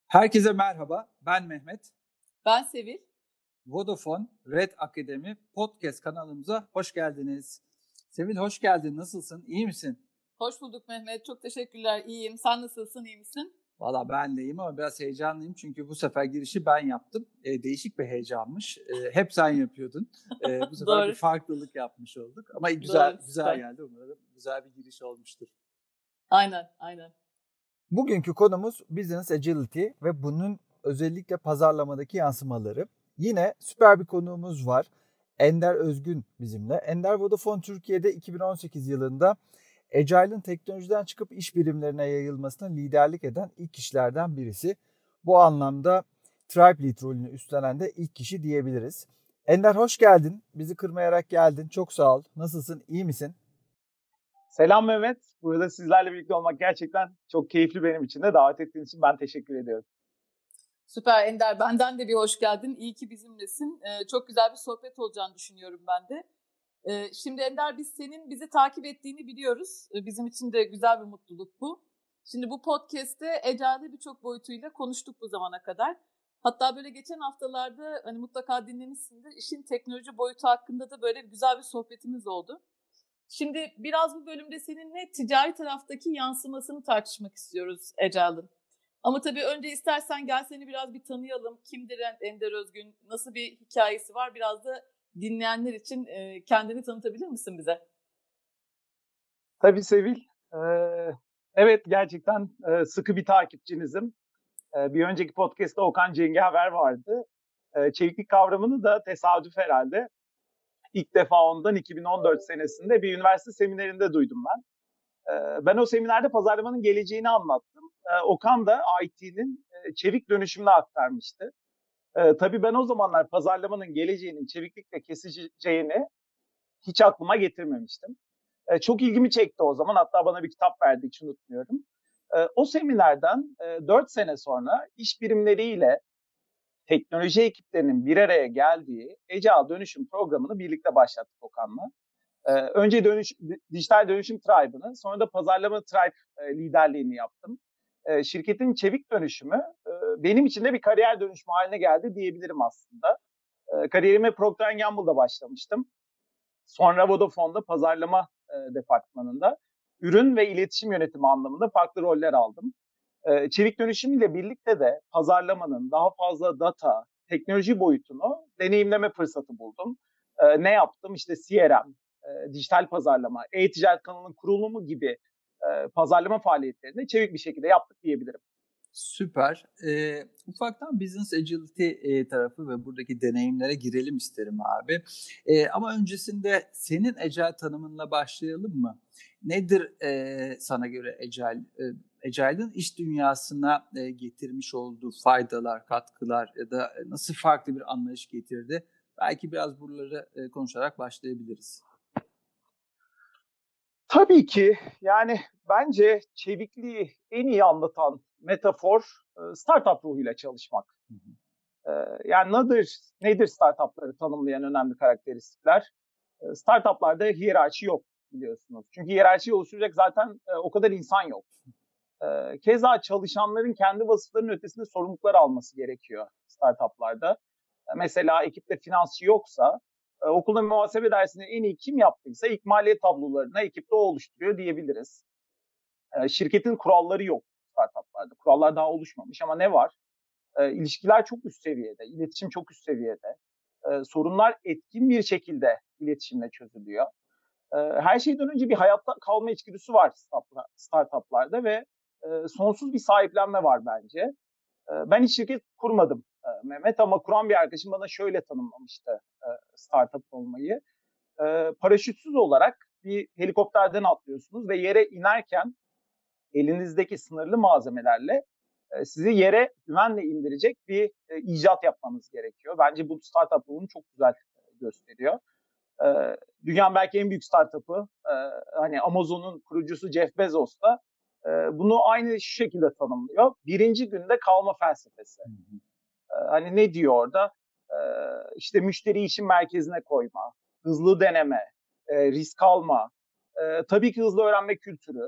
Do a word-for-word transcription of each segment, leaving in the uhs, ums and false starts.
Herkese merhaba, ben Mehmet. Ben Sevil. Vodafone Red Akademi podcast kanalımıza hoş geldiniz. Sevil hoş geldin, nasılsın, iyi misin? Hoş bulduk Mehmet, çok teşekkürler, iyiyim. Sen nasılsın, iyi misin? Valla ben de iyiyim ama biraz heyecanlıyım çünkü bu sefer girişi ben yaptım. E, değişik bir heyecanmış. E, hep sen yapıyordun. E, bu sefer bir farklılık yapmış olduk. Ama güzel Doğru, güzel geldi umarım. Güzel bir giriş olmuştur. Aynen, aynen. Bugünkü konumuz Business Agility ve bunun özellikle pazarlamadaki yansımaları. Yine süper bir konuğumuz var. Ender Özgün bizimle. Ender Vodafone Türkiye'de iki bin on sekiz yılında Agile'ın teknolojiden çıkıp iş birimlerine yayılmasına liderlik eden ilk kişilerden birisi. Bu anlamda Tribe Lead rolünü üstlenen de ilk kişi diyebiliriz. Ender hoş geldin. Bizi kırmayarak geldin. Çok sağ ol. Nasılsın? İyi misin? Selam Mehmet. Burada sizlerle birlikte olmak gerçekten çok keyifli benim için de. Davet ettiğiniz için ben teşekkür ediyorum. Süper Ender. Benden de bir hoş geldin. İyi ki bizimlesin. Ee, çok güzel bir sohbet olacağını düşünüyorum ben de. Ee, şimdi Ender biz senin bizi takip ettiğini biliyoruz. Ee, bizim için de güzel bir mutluluk bu. Şimdi bu podcast'te Agile'de birçok boyutuyla konuştuk bu zamana kadar. Hatta böyle geçen haftalarda hani mutlaka dinlemişsindir. İşin teknoloji boyutu hakkında da böyle güzel bir sohbetimiz oldu. Şimdi biraz bu bölümde seninle ticari taraftaki yansımasını tartışmak istiyoruz Agile'ın. Ama tabii önce istersen gel seni biraz bir tanıyalım. Kimdir Ender Özgün? Nasıl bir hikayesi var? Biraz da dinleyenler için kendini tanıtabilir misin bize? Tabii Sevil. Ee, evet gerçekten e, sıkı bir takipçinizim. E, bir önceki podcast'ta Okan Cengaver vardı. E, çeviklik kavramını da tesadüf herhalde ilk defa ondan iki bin on dört senesinde bir üniversite seminerinde duydum ben. E, ben o seminerde pazarlamanın geleceğini anlattım. E, Okan da I T'nin e, çevik dönüşümünü aktarmıştı. E, tabii ben o zamanlar pazarlamanın geleceğinin çeviklikle kesişeceğini hiç aklıma getirmemiştim. E, çok ilgimi çekti o zaman. Hatta bana bir kitap verdi, hiç unutmuyorum. E, o seminerden e, dört sene sonra iş birimleriyle teknoloji ekiplerinin bir araya geldiği Agile dönüşüm programını birlikte başlattık Okan'la. E, önce dönüş, dijital dönüşüm tribe'ını, sonra da pazarlama tribe e, liderliğini yaptım. E, şirketin çevik dönüşümü e, benim için de bir kariyer dönüşümü haline geldi diyebilirim aslında. E, kariyerime Procter and Gamble'da başlamıştım. Sonra Vodafone'da pazarlama e, departmanında ürün ve iletişim yönetimi anlamında farklı roller aldım. E, çevik dönüşüm ile birlikte de pazarlamanın daha fazla data, teknoloji boyutunu deneyimleme fırsatı buldum. E, ne yaptım? İşte C R M, e, dijital pazarlama, e-ticaret kanalının kurulumu gibi e, pazarlama faaliyetlerini çevik bir şekilde yaptık diyebilirim. Süper. E, ufaktan Business Agility e, tarafı ve buradaki deneyimlere girelim isterim abi. E, ama öncesinde senin Agile tanımınla başlayalım mı? Nedir e, sana göre Agile? E, Agile'ın iş dünyasına e, getirmiş olduğu faydalar, katkılar ya da nasıl farklı bir anlayış getirdi? Belki biraz buraları e, konuşarak başlayabiliriz. Tabii ki yani bence çevikliği en iyi anlatan metafor startup ruhuyla çalışmak. Hı hı. Yani nedir, nedir startupları tanımlayan önemli karakteristikler? Startuplarda hiyerarşi yok biliyorsunuz. Çünkü hiyerarşiyi oluşturacak zaten o kadar insan yok. Keza çalışanların kendi vasıflarının ötesinde sorumluluklar alması gerekiyor startuplarda. Mesela ekipte finansçı yoksa okulda muhasebe dersini en iyi kim yaptıysa ilk maliye tablolarını ekipte o oluşturuyor diyebiliriz. Şirketin kuralları yok startuplarda. Kurallar daha oluşmamış ama ne var? İlişkiler çok üst seviyede, iletişim çok üst seviyede. Sorunlar etkin bir şekilde iletişimle çözülüyor. Her şeyden önce bir hayatta kalma içgüdüsü var startuplarda ve sonsuz bir sahiplenme var bence. Ben hiç şirket kurmadım Mehmet ama kuran bir arkadaşım bana şöyle tanımlamıştı startup olmayı. Paraşütsüz olarak bir helikopterden atlıyorsunuz ve yere inerken elinizdeki sınırlı malzemelerle sizi yere güvenle indirecek bir icat yapmanız gerekiyor. Bence bu startup bunu çok güzel gösteriyor. Dünyanın belki en büyük startup'ı hani Amazon'un kurucusu Jeff Bezos da bunu aynı şu şekilde tanımlıyor. Birinci günde kalma felsefesi. Hı hı. Hani ne diyor orada? İşte müşteri işin merkezine koyma, hızlı deneme, risk alma, tabii ki hızlı öğrenme kültürü.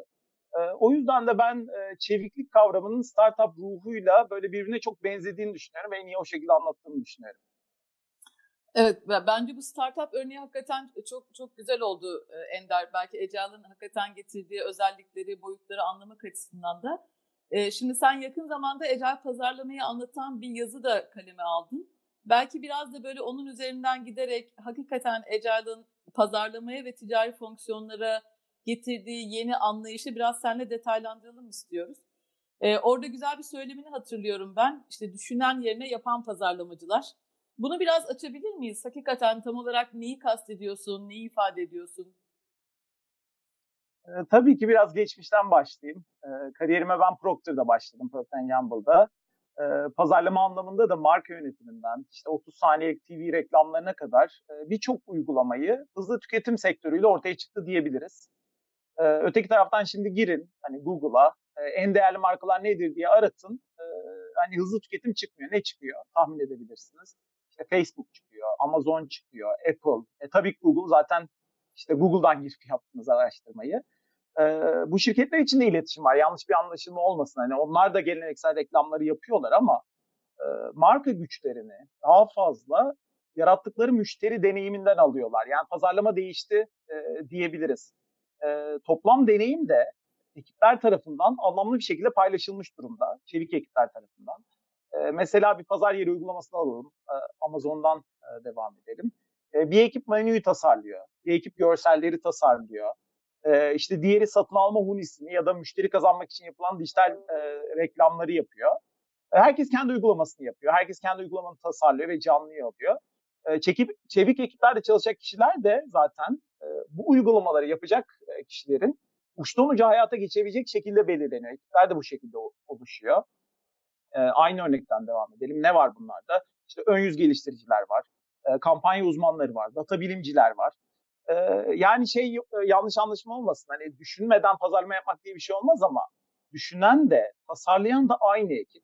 O yüzden de ben çeviklik kavramının startup ruhuyla böyle birbirine çok benzediğini düşünüyorum ve en iyi o şekilde anlattığını düşünüyorum. Evet, bence bu startup örneği hakikaten çok çok güzel oldu Ender. Belki Agile'ın hakikaten getirdiği özellikleri, boyutları anlamak açısından da. Şimdi sen yakın zamanda Agile pazarlamayı anlatan bir yazı da kaleme aldın. Belki biraz da böyle onun üzerinden giderek hakikaten Agile'ın pazarlamaya ve ticari fonksiyonlara getirdiği yeni anlayışı biraz seninle detaylandıralım istiyoruz. Orada güzel bir söylemini hatırlıyorum ben. İşte düşünen yerine yapan pazarlamacılar. Bunu biraz açabilir miyiz? Hakikaten tam olarak neyi kastediyorsun, neyi ifade ediyorsun? Ee, tabii ki biraz geçmişten başlayayım. Ee, kariyerime ben Procter'da başladım, Procter and Gamble'da. Ee, pazarlama anlamında da marka yönetiminden, işte otuz saniyelik T V reklamlarına kadar e, birçok uygulamayı hızlı tüketim sektörüyle ortaya çıktı diyebiliriz. Ee, öteki taraftan şimdi girin hani Google'a, e, en değerli markalar nedir diye aratın. Ee, hani hızlı tüketim çıkmıyor. Ne çıkıyor? Tahmin edebilirsiniz. İşte Facebook çıkıyor, Amazon çıkıyor, Apple. E, tabii ki Google zaten işte Google'dan girip yaptığınız araştırmayı. Ee, bu şirketler için de iletişim var. Yanlış bir anlaşılma olmasın. Hani onlar da geleneksel reklamları yapıyorlar ama e, marka güçlerini daha fazla yarattıkları müşteri deneyiminden alıyorlar. Yani pazarlama değişti e, diyebiliriz. E, toplam deneyim de ekipler tarafından anlamlı bir şekilde paylaşılmış durumda. Çevik ekipler tarafından. E, mesela bir pazar yeri uygulamasını alalım. E, Amazon'dan e, devam edelim. E, bir ekip menüyü tasarlıyor. Bir ekip görselleri tasarlıyor. E, işte diğeri satın alma hunisini ya da müşteri kazanmak için yapılan dijital e, reklamları yapıyor. E, herkes kendi uygulamasını yapıyor. Herkes kendi uygulamasını tasarlıyor ve canlıya alıyor. E, çekip, çevik ekiplerde çalışacak kişiler de zaten e, bu uygulamaları yapacak e, kişilerin uçtan uca hayata geçebilecek şekilde belirleniyor. Ekipler de bu şekilde oluşuyor. E, aynı örnekten devam edelim. Ne var bunlarda? İşte ön yüz geliştiriciler var. E, kampanya uzmanları var. Data bilimciler var. E, yani şey e, yanlış anlaşılma olmasın. Hani düşünmeden pazarlama yapmak diye bir şey olmaz ama düşünen de tasarlayan da aynı ekip.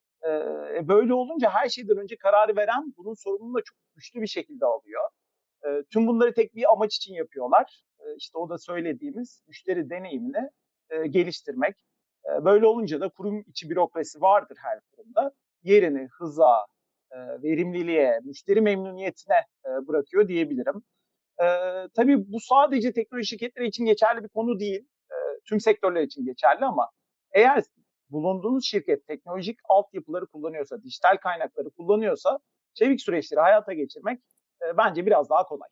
E, böyle olunca her şeyden önce kararı veren bunun sorumluluğunu da çok güçlü bir şekilde alıyor. E, tüm bunları tek bir amaç için yapıyorlar. E, işte o da söylediğimiz müşteri deneyimini e, geliştirmek. E, böyle olunca da kurum içi bürokrasi vardır her kurumda. Yerini hıza, e, verimliliğe, müşteri memnuniyetine e, bırakıyor diyebilirim. E, tabii bu sadece teknoloji şirketleri için geçerli bir konu değil. E, tüm sektörler için geçerli ama eğer bulunduğunuz şirket teknolojik altyapıları kullanıyorsa, dijital kaynakları kullanıyorsa çevik süreçleri hayata geçirmek e, bence biraz daha kolay.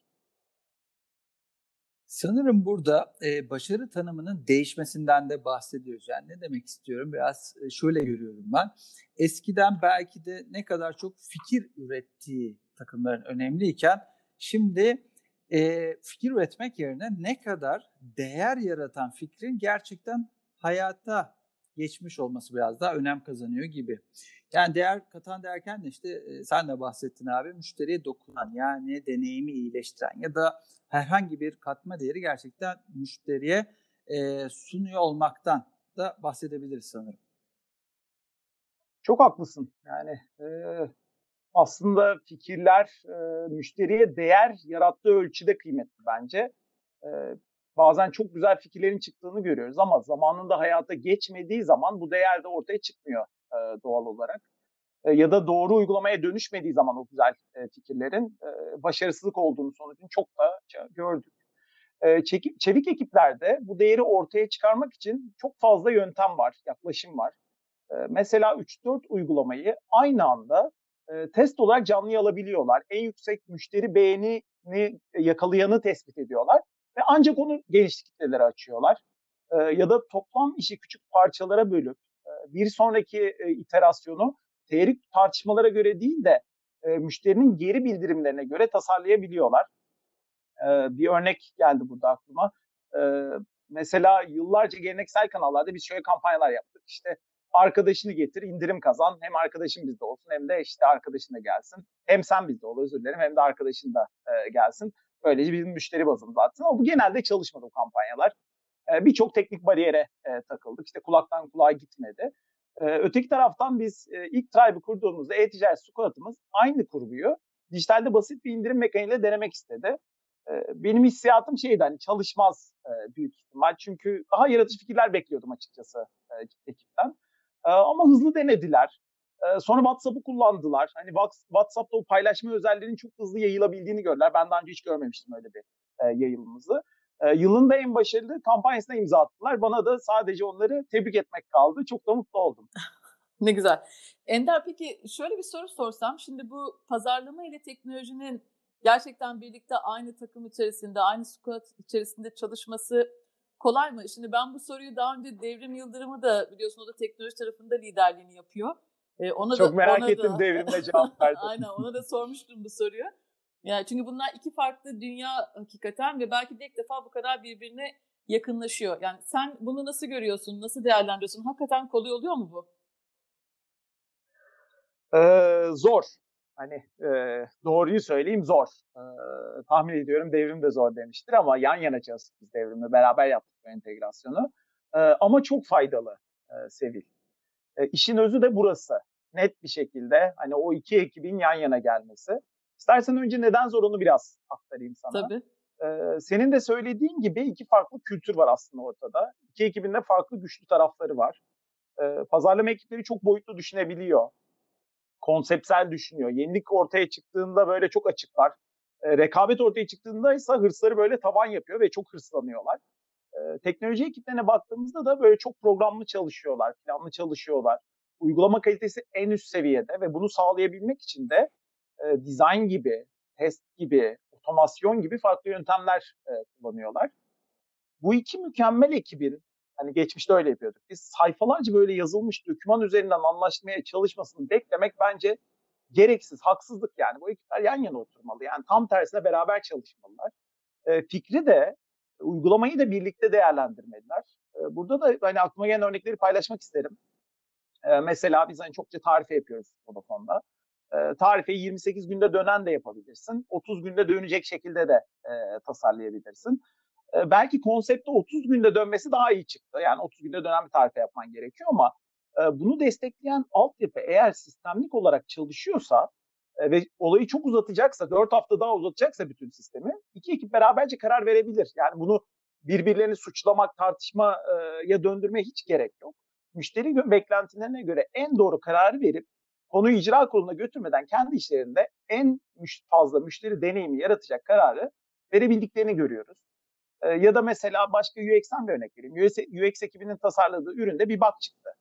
Sanırım burada e, başarı tanımının değişmesinden de bahsediyoruz. Yani ne demek istiyorum? Biraz e, şöyle görüyorum ben. Eskiden belki de ne kadar çok fikir ürettiği takımların önemliyken şimdi e, fikir üretmek yerine ne kadar değer yaratan fikrin gerçekten hayata geçmiş olması biraz daha önem kazanıyor gibi. Yani değer katan derken de işte e, sen de bahsettin abi, müşteriye dokunan, yani deneyimi iyileştiren ya da herhangi bir katma değeri gerçekten müşteriye e, sunuyor olmaktan da bahsedebiliriz sanırım. Çok haklısın. Yani e, aslında fikirler e, müşteriye değer yarattığı ölçüde kıymetli bence. E, bazen çok güzel fikirlerin çıktığını görüyoruz ama zamanında hayata geçmediği zaman bu değer de ortaya çıkmıyor e, doğal olarak. E, ya da doğru uygulamaya dönüşmediği zaman o güzel e, fikirlerin e, başarısızlık olduğunu sonucunu çok da gördük. E, çekip, çevik ekiplerde bu değeri ortaya çıkarmak için çok fazla yöntem var, yaklaşım var. E, mesela üç dört uygulamayı aynı anda e, test olarak canlıya alabiliyorlar. En yüksek müşteri beğenini yakalayanı tespit ediyorlar ve ancak onu geniş kitlelere açıyorlar. E, ya da toplam işi küçük parçalara bölüp e, bir sonraki e, iterasyonu teorik tartışmalara göre değil de e, müşterinin geri bildirimlerine göre tasarlayabiliyorlar. E, bir örnek geldi burada aklıma. E, mesela yıllarca geleneksel kanallarda biz şöyle kampanyalar yaptık. İşte arkadaşını getir, indirim kazan. Hem arkadaşın bizde olsun hem de işte arkadaşın da gelsin. Hem sen bizde ol, özür dilerim, hem de arkadaşın da e, gelsin. Böylece bizim müşteri bazımız zaten. Ama bu genelde çalışmadı bu kampanyalar. E, Birçok teknik bariyere e, takıldık. İşte kulaktan kulağa gitmedi. E, öteki taraftan biz e, ilk Tribe'ı kurduğumuzda e-ticaret squad'ımız aynı kurguyu dijitalde basit bir indirim mekaniğiyle denemek istedi. benim hissiyatım şeydi, hani çalışmaz büyük ihtimal. Çünkü daha yaratıcı fikirler bekliyordum açıkçası ekipten. Ama hızlı denediler. Sonra WhatsApp'ı kullandılar. Hani WhatsApp'ta o paylaşma özelliğinin çok hızlı yayılabildiğini gördüler. Ben daha önce hiç görmemiştim öyle bir yayılımımızı. Yılın da en başarılı kampanyasına imza attılar. Bana da sadece onları tebrik etmek kaldı. Çok da mutlu oldum. Ne güzel. Ender, peki şöyle bir soru sorsam. Şimdi bu pazarlama ile teknolojinin gerçekten birlikte aynı takım içerisinde, aynı squad içerisinde çalışması kolay mı? Şimdi ben bu soruyu daha önce Devrim Yıldırım'ı da biliyorsun, o da teknoloji tarafında liderliğini yapıyor. Ee, ona Çok da, merak ona ettim da... Devrim'le cevap verdim. Aynen, ona da sormuştum bu soruyu. Yani çünkü bunlar iki farklı dünya hakikaten ve belki de ilk defa bu kadar birbirine yakınlaşıyor. Yani sen bunu nasıl görüyorsun, nasıl değerlendiriyorsun? Hakikaten kolay oluyor mu bu? Ee, zor. Hani e, doğruyu söyleyeyim, zor. Ee, tahmin ediyorum Devrim de zor demiştir ama yan yana çalıştık biz Devrim'le. Beraber yaptık bu entegrasyonu. Ee, ama çok faydalı e, Sevil. E, işin özü de burası. Net bir şekilde hani o iki ekibin yan yana gelmesi. İstersen önce neden zor onu biraz aktarayım sana. Tabii. Ee, senin de söylediğin gibi iki farklı kültür var aslında ortada. İki ekibin de farklı güçlü tarafları var. Ee, pazarlama ekipleri çok boyutlu düşünebiliyor. Konseptsel düşünüyor. Yenilik ortaya çıktığında böyle çok açıklar. E, rekabet ortaya çıktığında ise hırsları böyle tavan yapıyor ve çok hırslanıyorlar. E, teknoloji ekiplerine baktığımızda da böyle çok programlı çalışıyorlar, planlı çalışıyorlar. Uygulama kalitesi en üst seviyede ve bunu sağlayabilmek için de e, design gibi, test gibi, otomasyon gibi farklı yöntemler e, kullanıyorlar. Bu iki mükemmel ekibin, hani geçmişte öyle yapıyorduk, biz sayfalarca böyle yazılmış doküman üzerinden anlaşmaya çalışmasını beklemek bence gereksiz, haksızlık yani. Bu ekipler yan yana oturmalı. Yani tam tersine beraber çalışmalılar. E, fikri de, uygulamayı da birlikte değerlendirmeliler. E, burada da hani aklıma gelen örnekleri paylaşmak isterim. E, mesela biz hani çokça tarife yapıyoruz Vodafone'da. E, tarifeyi yirmi sekiz günde dönen de yapabilirsin. otuz günde dönecek şekilde de e, tasarlayabilirsin. E, belki konsepte otuz günde dönmesi daha iyi çıktı. Yani otuz günde dönen bir tarife yapman gerekiyor ama e, bunu destekleyen altyapı eğer sistemlik olarak çalışıyorsa e, ve olayı çok uzatacaksa, dört hafta daha uzatacaksa bütün sistemi, iki ekip beraberce karar verebilir. Yani bunu birbirlerini suçlamak, tartışmaya döndürmeye hiç gerek yok. Müşteri beklentilerine göre en doğru kararı verip konuyu icra kuruluna götürmeden kendi işlerinde en fazla müşteri deneyimi yaratacak kararı verebildiklerini görüyoruz. Ee, ya da mesela başka U X'ten bir örnek vereyim. U X ekibinin tasarladığı üründe bir bug çıktı.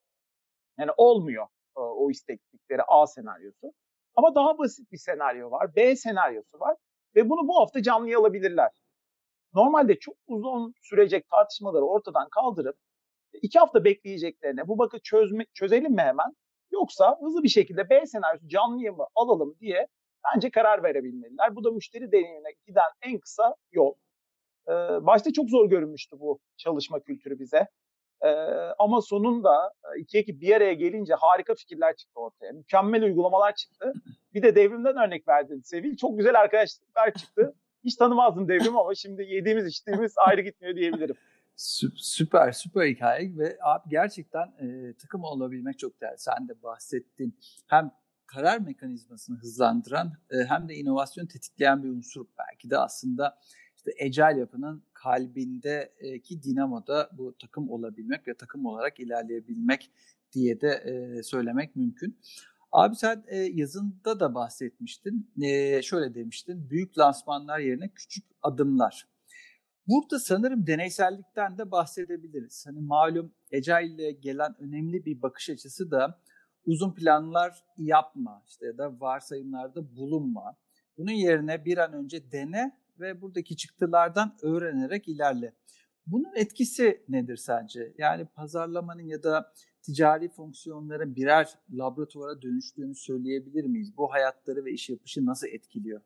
Yani olmuyor o, o isteklikleri A senaryosu. Ama daha basit bir senaryo var, B senaryosu var ve bunu bu hafta canlıya alabilirler. Normalde çok uzun sürecek tartışmaları ortadan kaldırıp iki hafta bekleyeceklerine bu bug'ı çözme, çözelim mi hemen, yoksa hızlı bir şekilde B senaryosu canlıya mı alalım diye bence karar verebilmeliler. Bu da müşteri deneyimine giden en kısa yol. Ee, başta çok zor görünmüştü bu çalışma kültürü bize. Ee, ama sonunda iki ekip bir araya gelince harika fikirler çıktı ortaya. Mükemmel uygulamalar çıktı. Bir de Devrim'den örnek verdin Sevil. Çok güzel arkadaşlıklar çıktı. Hiç tanımazdım Devrim ama şimdi yediğimiz içtiğimiz ayrı gitmiyor diyebilirim. Süper, süper hikaye ve abi gerçekten e, takım olabilmek çok değerli. Sen de bahsettin. Hem karar mekanizmasını hızlandıran e, hem de inovasyon tetikleyen bir unsur. Belki de aslında işte Agile yapının kalbindeki dinamoda bu takım olabilmek ve takım olarak ilerleyebilmek diye de e, söylemek mümkün. Abi sen e, yazında da bahsetmiştin. E, şöyle demiştin. Büyük lansmanlar yerine küçük adımlar. Burada sanırım deneysellikten de bahsedebiliriz. Hani malum Agile ile gelen önemli bir bakış açısı da uzun planlar yapma işte ya da varsayımlarda bulunma. Bunun yerine bir an önce dene ve buradaki çıktılardan öğrenerek ilerle. Bunun etkisi nedir sence? Yani pazarlamanın ya da ticari fonksiyonların birer laboratuvara dönüştüğünü söyleyebilir miyiz? Bu hayatları ve iş yapışı nasıl etkiliyor?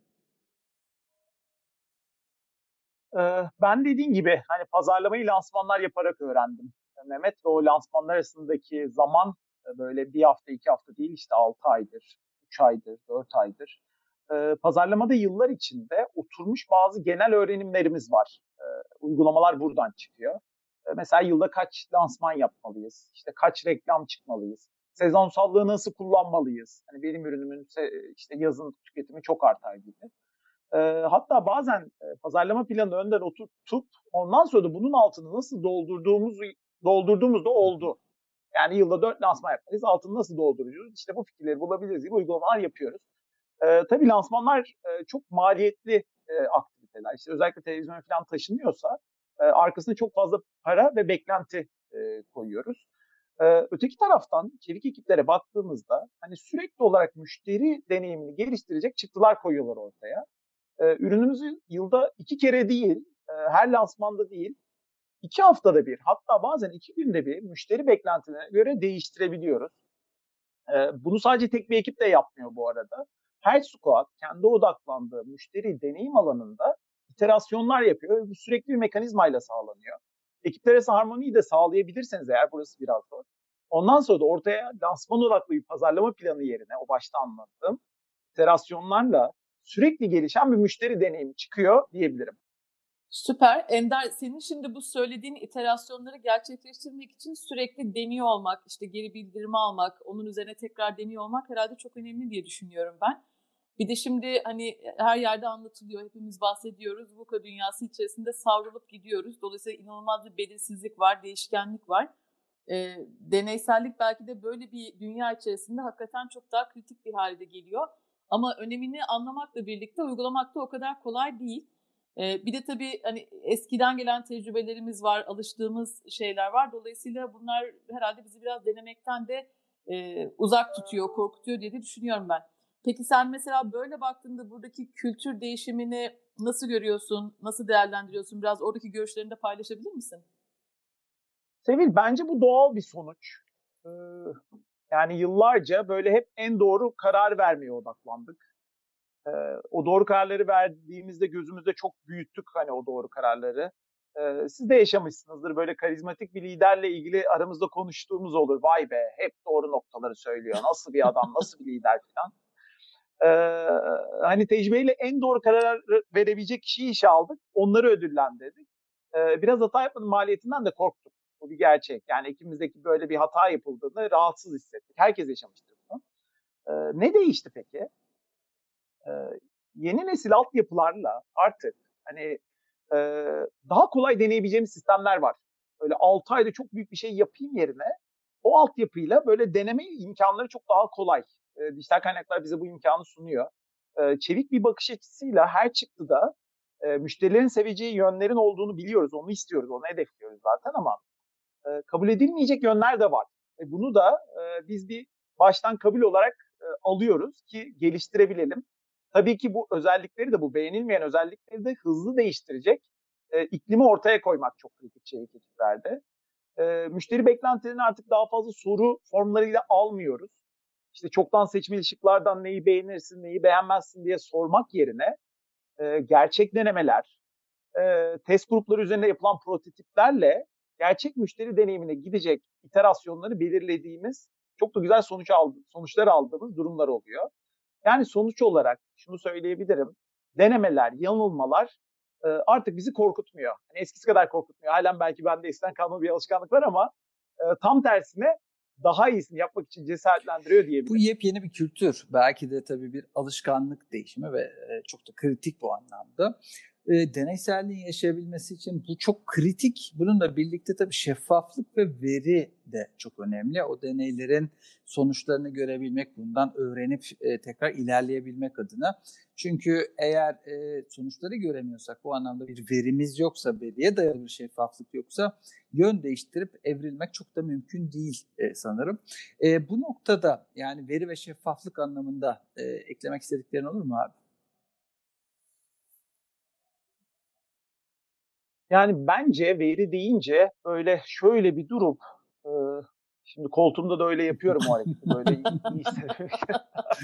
Ben dediğin gibi hani pazarlamayı lansmanlar yaparak öğrendim Mehmet, ve o lansmanlar arasındaki zaman böyle bir hafta iki hafta değil, işte altı aydır, üç aydır, dört aydır. Pazarlamada yıllar içinde oturmuş bazı genel öğrenimlerimiz var. Uygulamalar buradan çıkıyor. Mesela yılda kaç lansman yapmalıyız, işte kaç reklam çıkmalıyız, sezonsallığı nasıl kullanmalıyız. Hani benim ürünümün işte yazın tüketimi çok artar gibi. E, hatta bazen e, pazarlama planını önden oturtup ondan sonra da bunun altını nasıl doldurduğumuz doldurduğumuz da oldu. Yani yılda dört lansman yaparız. Altını nasıl dolduracağız? İşte bu fikirleri bulabiliriz gibi uygulamalar yapıyoruz. E, tabii lansmanlar e, çok maliyetli e, aktiviteler. İşte özellikle televizyon falan taşınıyorsa e, arkasına çok fazla para ve beklenti e, koyuyoruz. E, öteki taraftan çevik ekiplere baktığımızda hani sürekli olarak müşteri deneyimini geliştirecek çıktılar koyuyorlar ortaya. E, ürünümüzü yılda iki kere değil, e, her lansmanda değil, iki haftada bir, hatta bazen iki günde bir müşteri beklentilerine göre değiştirebiliyoruz. Ee, bunu sadece tek bir ekip de yapmıyor bu arada. Her squad kendi odaklandığı müşteri deneyim alanında iterasyonlar yapıyor. Bu sürekli bir mekanizmayla sağlanıyor. Ekipler arası harmoniyi de sağlayabilirseniz eğer, burası biraz zor. Ondan sonra da ortaya lansman odaklı bir pazarlama planı yerine o başta anlattığım iterasyonlarla sürekli gelişen bir müşteri deneyimi çıkıyor diyebilirim. Süper. Ender, senin şimdi bu söylediğin iterasyonları gerçekleştirmek için sürekli deniyor olmak, işte geri bildirimi almak, onun üzerine tekrar deniyor olmak herhalde çok önemli diye düşünüyorum ben. Bir de şimdi hani her yerde anlatılıyor, hepimiz bahsediyoruz. VUCA dünyası içerisinde savrulup gidiyoruz. Dolayısıyla inanılmaz bir belirsizlik var, değişkenlik var. E, deneysellik belki de böyle bir dünya içerisinde hakikaten çok daha kritik bir halde geliyor. Ama önemini anlamakla birlikte uygulamak da o kadar kolay değil. Bir de tabii hani eskiden gelen tecrübelerimiz var, alıştığımız şeyler var. Dolayısıyla bunlar herhalde bizi biraz denemekten de e, uzak tutuyor, korkutuyor diye de düşünüyorum ben. Peki sen mesela böyle baktığında buradaki kültür değişimini nasıl görüyorsun, nasıl değerlendiriyorsun? Biraz oradaki görüşlerini de paylaşabilir misin? Sevil, bence bu doğal bir sonuç. Ee, yani yıllarca böyle hep en doğru karar vermeye odaklandık. Ee, o doğru kararları verdiğimizde gözümüzde çok büyüttük hani o doğru kararları. Ee, siz de yaşamışsınızdır, böyle karizmatik bir liderle ilgili aramızda konuştuğumuz olur. Vay be, hep doğru noktaları söylüyor. Nasıl bir adam, nasıl bir lider falan. Ee, hani tecrübeyle en doğru kararı verebilecek kişiyi işe aldık. Onları ödüllendirdik. Ee, biraz hata yapmanın maliyetinden de korktuk. Bu bir gerçek. Yani ikimizdeki böyle bir hata yapıldığını rahatsız hissettik. Herkes yaşamıştır bunu. Ee, ne değişti peki? Ee, yeni nesil altyapılarla artık hani e, daha kolay deneyebileceğimiz sistemler var. Öyle altı ayda çok büyük bir şey yapayım yerine o altyapıyla böyle deneme imkanları çok daha kolay. E, dijital kaynaklar bize bu imkanı sunuyor. E, çevik bir bakış açısıyla her çıktıda e, müşterilerin seveceği yönlerin olduğunu biliyoruz. Onu istiyoruz, onu hedefliyoruz zaten ama e, kabul edilmeyecek yönler de var. E, bunu da e, biz bir baştan kabul olarak e, alıyoruz ki geliştirebilelim. Tabii ki bu özellikleri de, bu beğenilmeyen özellikleri de hızlı değiştirecek e, iklimi ortaya koymak çok kritik çevik ekiplerde. E, müşteri beklentilerini artık daha fazla soru formlarıyla almıyoruz. İşte çoktan seçmeli şıklardan neyi beğenirsin, neyi beğenmezsin diye sormak yerine e, gerçek denemeler, e, test grupları üzerinde yapılan prototiplerle gerçek müşteri deneyimine gidecek iterasyonları belirlediğimiz, çok da güzel sonuç aldı, sonuçlar aldığımız durumlar oluyor. Yani sonuç olarak şunu söyleyebilirim. Denemeler, yanılmalar e, artık bizi korkutmuyor. Yani eskisi kadar korkutmuyor. Halen belki bende eskiden kalma bir alışkanlık var ama e, tam tersine daha iyisini yapmak için cesaretlendiriyor diyebilirim. Bu yepyeni bir kültür. Belki de tabii bir alışkanlık değişimi ve çok da kritik bu anlamda. E, deneyselliğin yaşayabilmesi için bu çok kritik. Bununla birlikte tabii şeffaflık ve veri de çok önemli. O deneylerin sonuçlarını görebilmek, bundan öğrenip e, tekrar ilerleyebilmek adına. Çünkü eğer e, sonuçları göremiyorsak, bu anlamda bir verimiz yoksa, veriye dayalı bir şeffaflık yoksa yön değiştirip evrilmek çok da mümkün değil e, sanırım. E, bu noktada yani veri ve şeffaflık anlamında e, eklemek istediklerin olur mu abi? Yani bence veri deyince böyle şöyle bir durup e, şimdi koltuğumda da öyle yapıyorum o hareketi. Böyle iyi hissediyorum.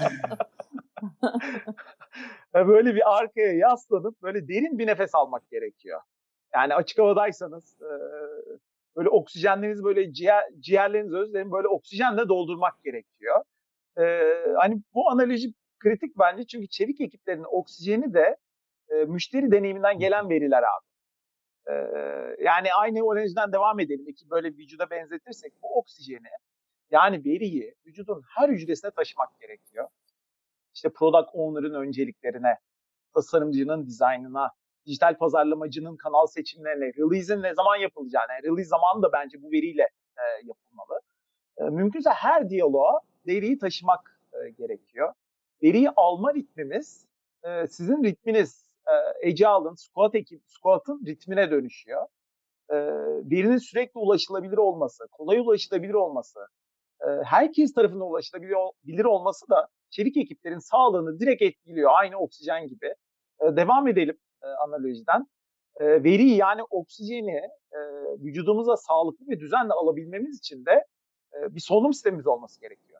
Böyle bir arkaya yaslanıp böyle derin bir nefes almak gerekiyor. Yani açık havadaysanız e, böyle oksijenlerinizi, böyle ciğer, ciğerlerinizi, özlerini böyle oksijenle doldurmak gerekiyor. E, hani bu analoji kritik bence, çünkü çevik ekiplerin oksijeni de e, müşteri deneyiminden gelen veriler abi. Ee, yani aynı analizden devam edelim. Ki böyle vücuda benzetirsek bu oksijeni, yani veriyi vücudun her hücresine taşımak gerekiyor. İşte product owner'ın önceliklerine, tasarımcının dizaynına, dijital pazarlamacının kanal seçimlerine, release'in ne zaman yapılacağına, yani release zamanı da bence bu veriyle e, yapılmalı. E, mümkünse her diyaloğa veriyi taşımak e, gerekiyor. Veriyi alma ritmimiz e, sizin ritminiz, e, Agile'ın, Squad ekip, Squad'ın ritmine dönüşüyor. E, verinin sürekli ulaşılabilir olması, kolay ulaşılabilir olması, e, herkes tarafından ulaşılabilir olması da çevik ekiplerin sağlığını direkt etkiliyor. Aynı oksijen gibi. E, devam edelim e, analojiden. E, veriyi yani oksijeni e, vücudumuza sağlıklı ve düzenli alabilmemiz için de e, bir solunum sistemimiz olması gerekiyor.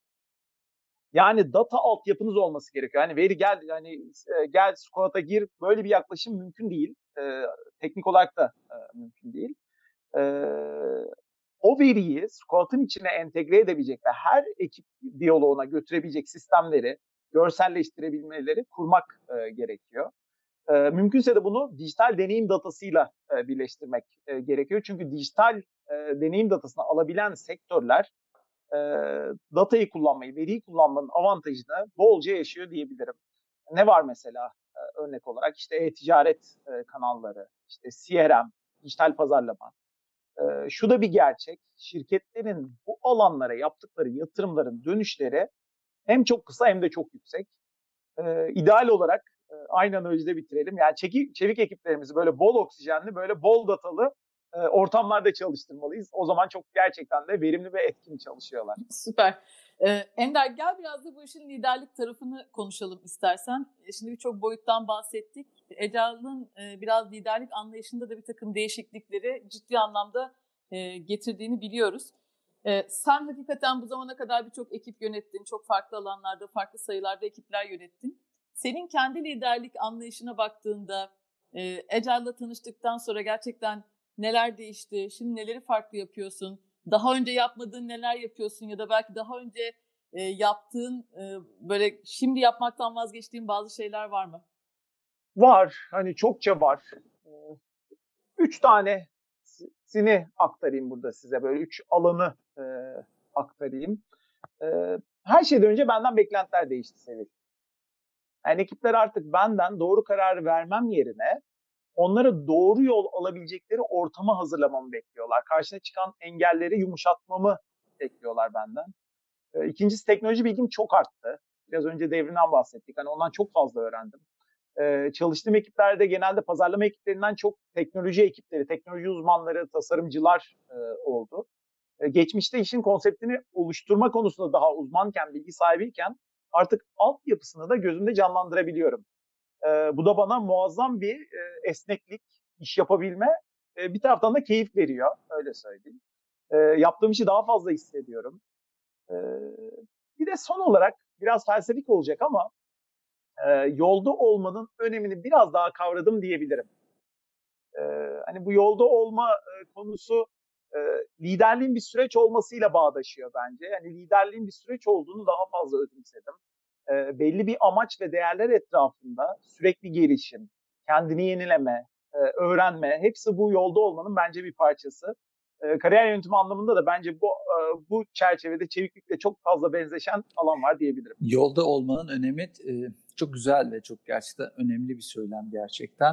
Yani data altyapınız olması gerekiyor. Yani veri gel, yani e, gel Squad'a gir, böyle bir yaklaşım mümkün değil. E, teknik olarak da e, mümkün değil. E, o veriyi Squad'ın içine entegre edebilecek ve her ekip diyaloğuna götürebilecek sistemleri, görselleştirebilmeleri kurmak e, gerekiyor. E, mümkünse de bunu dijital deneyim datasıyla e, birleştirmek e, gerekiyor. Çünkü dijital e, deneyim datasını alabilen sektörler e, datayı kullanmayı, veriyi kullanmanın avantajını bolca yaşıyor diyebilirim. Ne var mesela e, örnek olarak? İşte e-ticaret e, kanalları, işte C R M, dijital pazarlama. E, şu da bir gerçek, şirketlerin bu alanlara yaptıkları yatırımların dönüşleri hem çok kısa hem de çok yüksek. E, ideal olarak e, aynen öyle bitirelim. Yani çeki, çevik ekiplerimizi böyle bol oksijenli, böyle bol datalı e, ortamlarda çalıştırmalıyız. O zaman çok gerçekten de verimli ve etkin çalışıyorlar. Süper. Ee, Ender, gel biraz da bu işin liderlik tarafını konuşalım istersen. Şimdi birçok boyuttan bahsettik. Agile'ın e, biraz liderlik anlayışında da bir takım değişiklikleri ciddi anlamda e, getirdiğini biliyoruz. E, sen hakikaten bu zamana kadar birçok ekip yönettin. Çok farklı alanlarda, farklı sayılarda ekipler yönettin. Senin kendi liderlik anlayışına baktığında e, Agile'la tanıştıktan sonra gerçekten neler değişti? Şimdi neleri farklı yapıyorsun? Daha önce yapmadığın neler yapıyorsun ya da belki daha önce e, yaptığın e, böyle şimdi yapmaktan vazgeçtiğin bazı şeyler var mı? Var. Hani çokça var. Üç tanesini aktarayım burada size. Böyle üç alanı e, aktarayım. E, her şeyden önce benden beklentiler değişti Sevil. Yani ekipler artık benden doğru kararı vermem yerine onlara doğru yol alabilecekleri ortamı hazırlamamı bekliyorlar. Karşına çıkan engelleri yumuşatmamı bekliyorlar benden. E, ikincisi teknoloji bilgim çok arttı. Biraz önce devrinden bahsettik. Hani ondan çok fazla öğrendim. Ee, çalıştığım ekiplerde genelde pazarlama ekiplerinden çok teknoloji ekipleri, teknoloji uzmanları, tasarımcılar e, oldu. E, geçmişte işin konseptini oluşturma konusunda daha uzmanken, bilgi sahibiyken artık altyapısını da gözümde canlandırabiliyorum. E, bu da bana muazzam bir e, esneklik, iş yapabilme, e, bir taraftan da keyif veriyor, öyle söyleyeyim. E, yaptığım işi daha fazla hissediyorum. E, bir de son olarak biraz felsefik olacak ama Ee, yolda olmanın önemini biraz daha kavradım diyebilirim. Ee, hani bu yolda olma e, konusu e, liderliğin bir süreç olmasıyla bağdaşıyor bence. Yani liderliğin bir süreç olduğunu daha fazla özümsedim. Ee, belli bir amaç ve değerler etrafında sürekli gelişim, kendini yenileme, e, öğrenme, hepsi bu yolda olmanın bence bir parçası. E, kariyer yönetimi anlamında da bence bu e, bu çerçevede çeviklikle çok fazla benzeşen alan var diyebilirim. Yolda olmanın önemi e, çok güzel ve çok gerçekten önemli bir söylem gerçekten.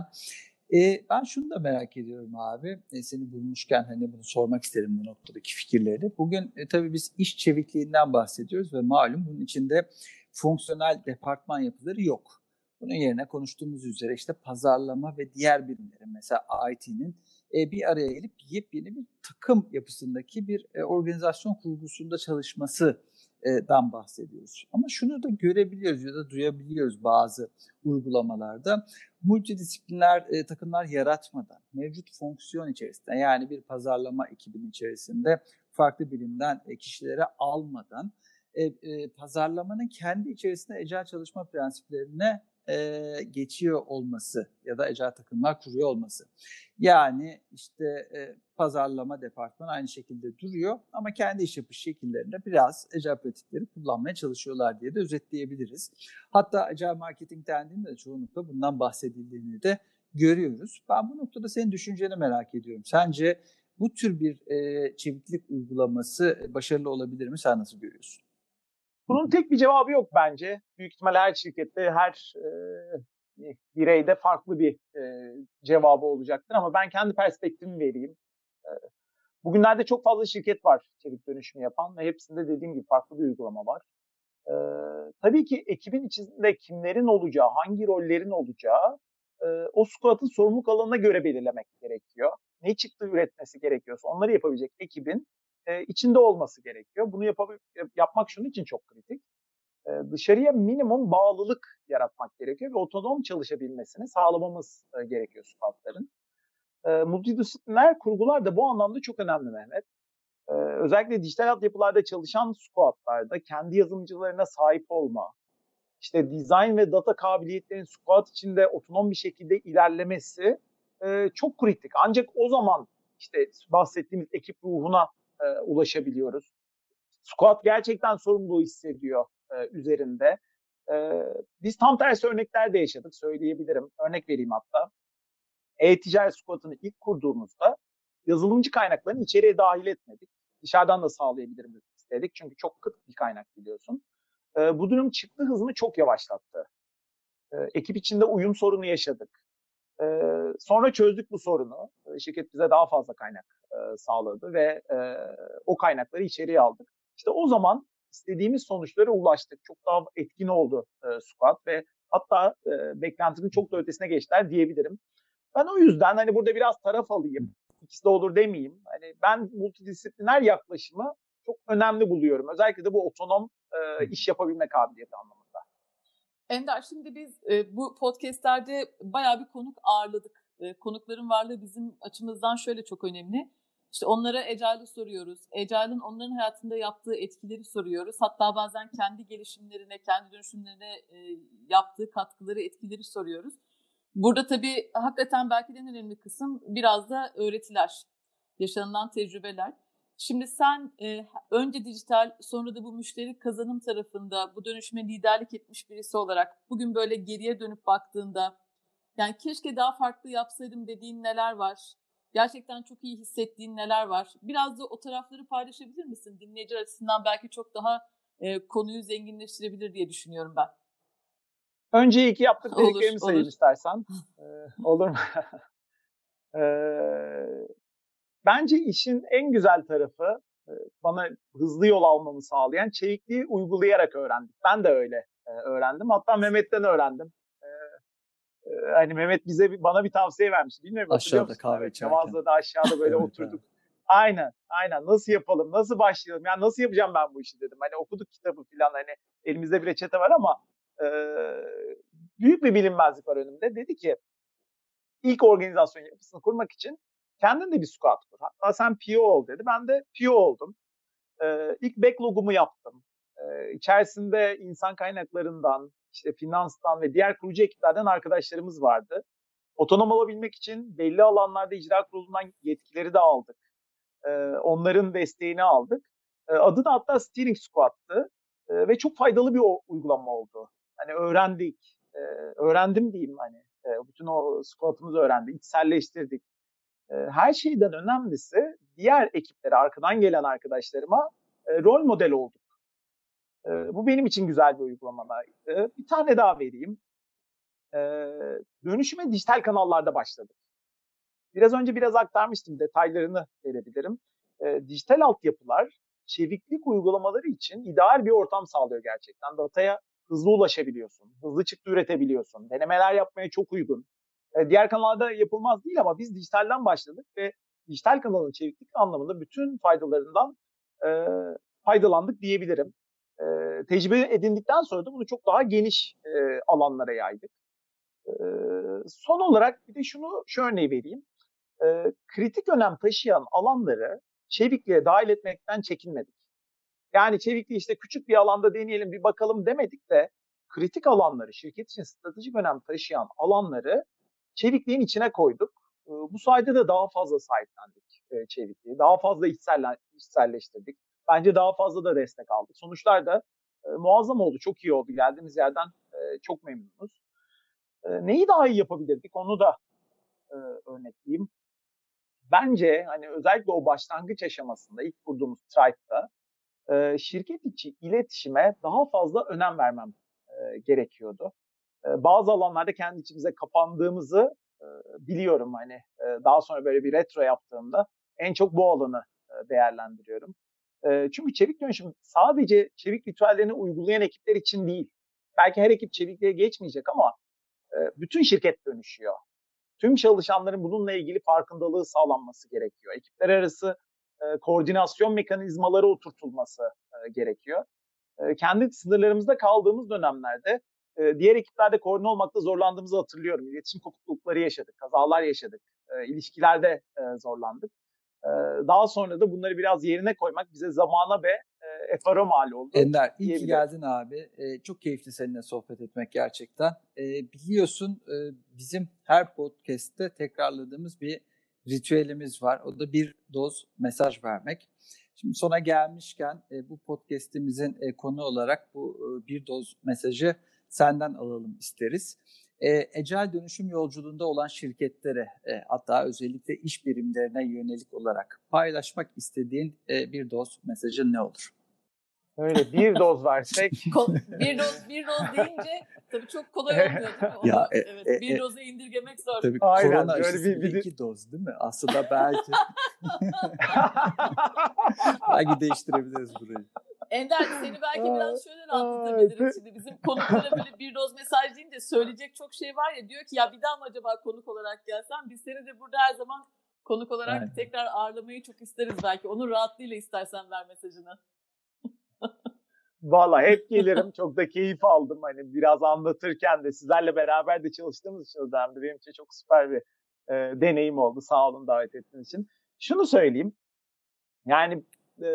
E, ben şunu da merak ediyorum abi. E, seni bulmuşken hani bunu sormak isterim bu noktadaki fikirleri. Bugün e, tabii biz iş çevikliğinden bahsediyoruz ve malum bunun içinde fonksiyonel departman yapıları yok. Bunun yerine konuştuğumuz üzere işte pazarlama ve diğer birimlerin mesela I T'nin e, bir araya gelip yepyeni bir takım yapısındaki bir e, organizasyon kurgusunda çalışmasından bahsediyoruz. Ama şunu da görebiliyoruz ya da duyabiliyoruz bazı uygulamalarda. Multidisipliner e, takımlar yaratmadan, mevcut fonksiyon içerisinde yani bir pazarlama ekibinin içerisinde farklı birimden e, kişileri almadan e, e, pazarlamanın kendi içerisinde Agile çalışma prensiplerine e, geçiyor olması ya da Agile takımlar kuruyor olması. Yani işte e, pazarlama departmanı aynı şekilde duruyor ama kendi iş yapış şekillerinde biraz Agile pratikleri kullanmaya çalışıyorlar diye de özetleyebiliriz. Hatta Agile marketing dendiğinde de çoğunlukla bundan bahsedildiğini de görüyoruz. Ben bu noktada senin düşünceni merak ediyorum. Sence bu tür bir e, çeviklik uygulaması başarılı olabilir mi? Sen nasıl görüyorsun? Bunun tek bir cevabı yok bence. Büyük ihtimalle her şirkette, her e, bireyde farklı bir e, cevabı olacaktır ama ben kendi perspektifimi vereyim. E, bugünlerde çok fazla şirket var çevik dönüşümü yapan ve hepsinde dediğim gibi farklı bir uygulama var. E, tabii ki ekibin içinde kimlerin olacağı, hangi rollerin olacağı e, o squad'ın sorumluluk alanına göre belirlemek gerekiyor. Ne çıktı üretmesi gerekiyorsa onları yapabilecek ekibin e, içinde olması gerekiyor. Bunu yap- yapmak şunun için çok kritik. E, dışarıya minimum bağlılık yaratmak gerekiyor ve otonom çalışabilmesini sağlamamız e, gerekiyor squad'ların. E, multidisipliner kurgular da bu anlamda çok önemli Mehmet. E, özellikle dijital altyapılarda çalışan squad'larda kendi yazılımcılarına sahip olma, işte design ve data kabiliyetlerinin squad içinde otonom bir şekilde ilerlemesi e, çok kritik. Ancak o zaman işte bahsettiğimiz ekip ruhuna e, ulaşabiliyoruz. Squad gerçekten sorumluluğu hissediyor e, üzerinde. E, biz tam tersi örnekler de yaşadık, söyleyebilirim. Örnek vereyim hatta. E-ticaret squad'ını ilk kurduğumuzda yazılımcı kaynaklarını içeriye dahil etmedik. Dışarıdan da sağlayabilirim istedik. Çünkü çok kıt bir kaynak biliyorsun. E, bu durum çıktı hızını çok yavaşlattı. E, ekip içinde uyum sorunu yaşadık. E, sonra çözdük bu sorunu. E, şirket bize daha fazla kaynak e, sağladı ve e, o kaynakları içeriye aldık. İşte o zaman istediğimiz sonuçlara ulaştık. Çok daha etkin oldu e, squad ve hatta e, beklentinin çok da ötesine geçtiler diyebilirim. Ben o yüzden hani burada biraz taraf alayım. İkisi de olur demeyeyim. Hani ben multidisipliner yaklaşımı çok önemli buluyorum. Özellikle de bu otonom e, iş yapabilme kabiliyeti anlamında. Ender, şimdi biz e, bu podcastlerde bayağı bir konuk ağırladık. E, konukların varlığı bizim açımızdan şöyle çok önemli. İşte onlara Agile'ı soruyoruz. Agile'ın onların hayatında yaptığı etkileri soruyoruz. Hatta bazen kendi gelişimlerine, kendi dönüşümlerine e, yaptığı katkıları, etkileri soruyoruz. Burada tabii hakikaten belki de en önemli kısım biraz da öğretiler, yaşanılan tecrübeler. Şimdi sen e, önce dijital, sonra da bu müşteri kazanım tarafında bu dönüşüme liderlik etmiş birisi olarak bugün böyle geriye dönüp baktığında yani keşke daha farklı yapsaydım dediğin neler var? Gerçekten çok iyi hissettiğin neler var? Biraz da o tarafları paylaşabilir misin? Dinleyici açısından belki çok daha e, konuyu zenginleştirebilir diye düşünüyorum ben. Önce iki yaptık dediklerimi olur, sayayım olur. istersen. Ee, olur mu? ee, bence işin en güzel tarafı bana hızlı yol almamı sağlayan çevikliği uygulayarak öğrendim. Ben de öyle e, öğrendim. Hatta Mehmet'ten öğrendim. E, e, hani Mehmet bize bir, bana bir tavsiye vermiş. Bilmiyorum hatırlıyor musun? Aşağıda kahve Evet, içerken. Mağazada aşağıda böyle evet, oturduk. evet. Aynen, aynen. Nasıl yapalım, nasıl başlayalım? Yani nasıl yapacağım ben bu işi dedim. Hani okuduk kitabı falan hani elimizde bir reçete var ama e, büyük bir bilinmezlik var önümde. Dedi ki ilk organizasyon yapısını kurmak için kendin de bir squad kur. Hatta sen P O ol dedi. Ben de P O oldum. Ee, ilk backlogumu yaptım. Ee, içerisinde insan kaynaklarından, işte finanstan ve diğer kurucu ekiplerden arkadaşlarımız vardı. Otonom olabilmek için belli alanlarda icra kurulundan yetkileri de aldık. Ee, onların desteğini aldık. Ee, adı da hatta Steering Squad'tı. Ee, ve çok faydalı bir o, uygulama oldu. Hani öğrendik. Ee, öğrendim diyeyim hani. Ee, bütün o squad'ımızı öğrendik, içselleştirdik. Ee, her şeyden önemlisi diğer ekiplere, arkadan gelen arkadaşlarıma e, rol model olduk. E, bu benim için güzel bir uygulamaydı. Bir tane daha vereyim. E, dönüşüme dijital kanallarda başladık. Biraz önce biraz aktarmıştım, detaylarını verebilirim. E, dijital altyapılar çeviklik uygulamaları için ideal bir ortam sağlıyor gerçekten. Dataya hızlı ulaşabiliyorsun, hızlı çıktı üretebiliyorsun, denemeler yapmaya çok uygun. E, diğer kanallarda yapılmaz değil ama biz dijitalden başladık ve dijital kanalın çeviklik anlamında bütün faydalarından e, faydalandık diyebilirim. E, tecrübe edindikten sonra da bunu çok daha geniş e, alanlara yaydık. E, son olarak bir de şunu şu örneği vereyim. E, kritik önem taşıyan alanları çevikliğe dahil etmekten çekinmedik. Yani çevikliği işte küçük bir alanda deneyelim bir bakalım demedik de kritik alanları, şirket için stratejik önem taşıyan alanları çevikliğin içine koyduk. E, bu sayede de daha fazla sahiplendik e, çevikliği. Daha fazla içselle, içselleştirdik. Bence daha fazla da destek aldık. Sonuçlar da e, muazzam oldu. Çok iyi oldu. Geldiğimiz yerden e, çok memnunuz. E, neyi daha iyi yapabilirdik onu da e, örnekleyeyim. Bence hani özellikle o başlangıç aşamasında ilk kurduğumuz Stripe'da e, şirket içi iletişime daha fazla önem vermem e, gerekiyordu. e, bazı alanlarda kendi içimize kapandığımızı e, biliyorum. Hani e, daha sonra böyle bir retro yaptığımda en çok bu alanı e, değerlendiriyorum. E, çünkü çevik dönüşüm sadece çevik ritüellerini uygulayan ekipler için değil. Belki her ekip çevikliğe geçmeyecek ama e, bütün şirket dönüşüyor. Tüm çalışanların bununla ilgili farkındalığı sağlanması gerekiyor. Ekipler arası e, koordinasyon mekanizmaları oturtulması e, gerekiyor. E, kendi sınırlarımızda kaldığımız dönemlerde e, diğer ekiplerde koordine olmakta zorlandığımızı hatırlıyorum. İletişim kopuklukları yaşadık, kazalar yaşadık, e, ilişkilerde e, zorlandık. E, daha sonra da bunları biraz yerine koymak bize zamana ve e, efara mal oldu. Ender, iyi ki geldin abi. E, çok keyifli seninle sohbet etmek gerçekten. E, biliyorsun e, bizim her podcast'te tekrarladığımız bir ritüelimiz var. O da bir doz mesaj vermek. Şimdi sona gelmişken e, bu podcast'imizin e, konu olarak bu e, bir doz mesajı senden alalım isteriz. E, Agile dönüşüm yolculuğunda olan şirketlere e, hatta özellikle iş birimlerine yönelik olarak paylaşmak istediğin e, bir doz mesajın ne olur? Öyle bir doz versek. bir doz bir doz deyince tabii çok kolay olmuyor değil mi? Onu, ya, e, evet, e, bir doza indirgemek zor. Tabii aynen, korona aşısı bir, bir, iki doz değil mi? Aslında belki belki değiştirebiliriz burayı. Ender, seni belki biraz şöyle anlatabiliriz. Şimdi bizim konuklara böyle bir doz mesaj deyince söyleyecek çok şey var ya, diyor ki ya bir daha mı acaba konuk olarak gelsen? Biz seni de burada her zaman konuk olarak aynen. tekrar ağırlamayı çok isteriz belki. Onun rahatlığıyla istersen ver mesajını. Valla hep gelirim. Çok da keyif aldım. Hani biraz anlatırken de sizlerle beraber de çalıştığımız için önemli. Benim için çok süper bir e, deneyim oldu. Sağ olun davet ettiğiniz için. Şunu söyleyeyim. Yani e,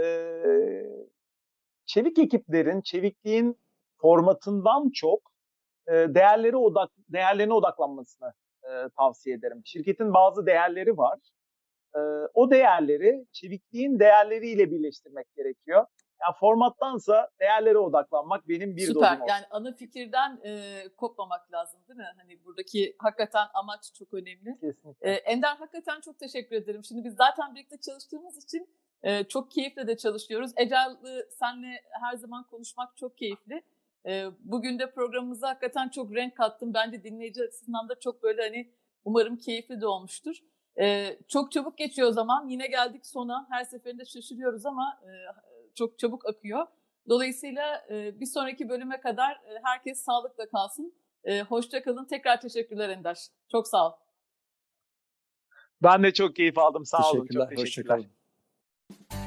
çevik ekiplerin, çevikliğin formatından çok e, değerleri odak, değerlerine odaklanmasını e, tavsiye ederim. Şirketin bazı değerleri var. E, o değerleri çevikliğin değerleriyle birleştirmek gerekiyor. Yani formattansa değerlere odaklanmak benim bir Süper. dozum olsun. Yani ana fikirden e, kopmamak lazım değil mi? Hani buradaki hakikaten amaç çok önemli. Kesinlikle. E, Ender, hakikaten çok teşekkür ederim. Şimdi biz zaten birlikte çalıştığımız için e, çok keyifle de çalışıyoruz. Agile'ı seninle her zaman konuşmak çok keyifli. E, bugün de programımıza hakikaten çok renk kattın. Bence dinleyici açısından da çok böyle hani umarım keyifli de olmuştur. E, çok çabuk geçiyor o zaman. Yine geldik sona. Her seferinde şaşırıyoruz ama e, çok çabuk akıyor. Dolayısıyla e, bir sonraki bölüme kadar e, herkes sağlıkla kalsın. E, hoşça kalın. Tekrar teşekkürler Ender. Çok sağ ol. Ben de çok keyif aldım. Sağ olun. Çok teşekkürler. teşekkürler. Hoşça kalın.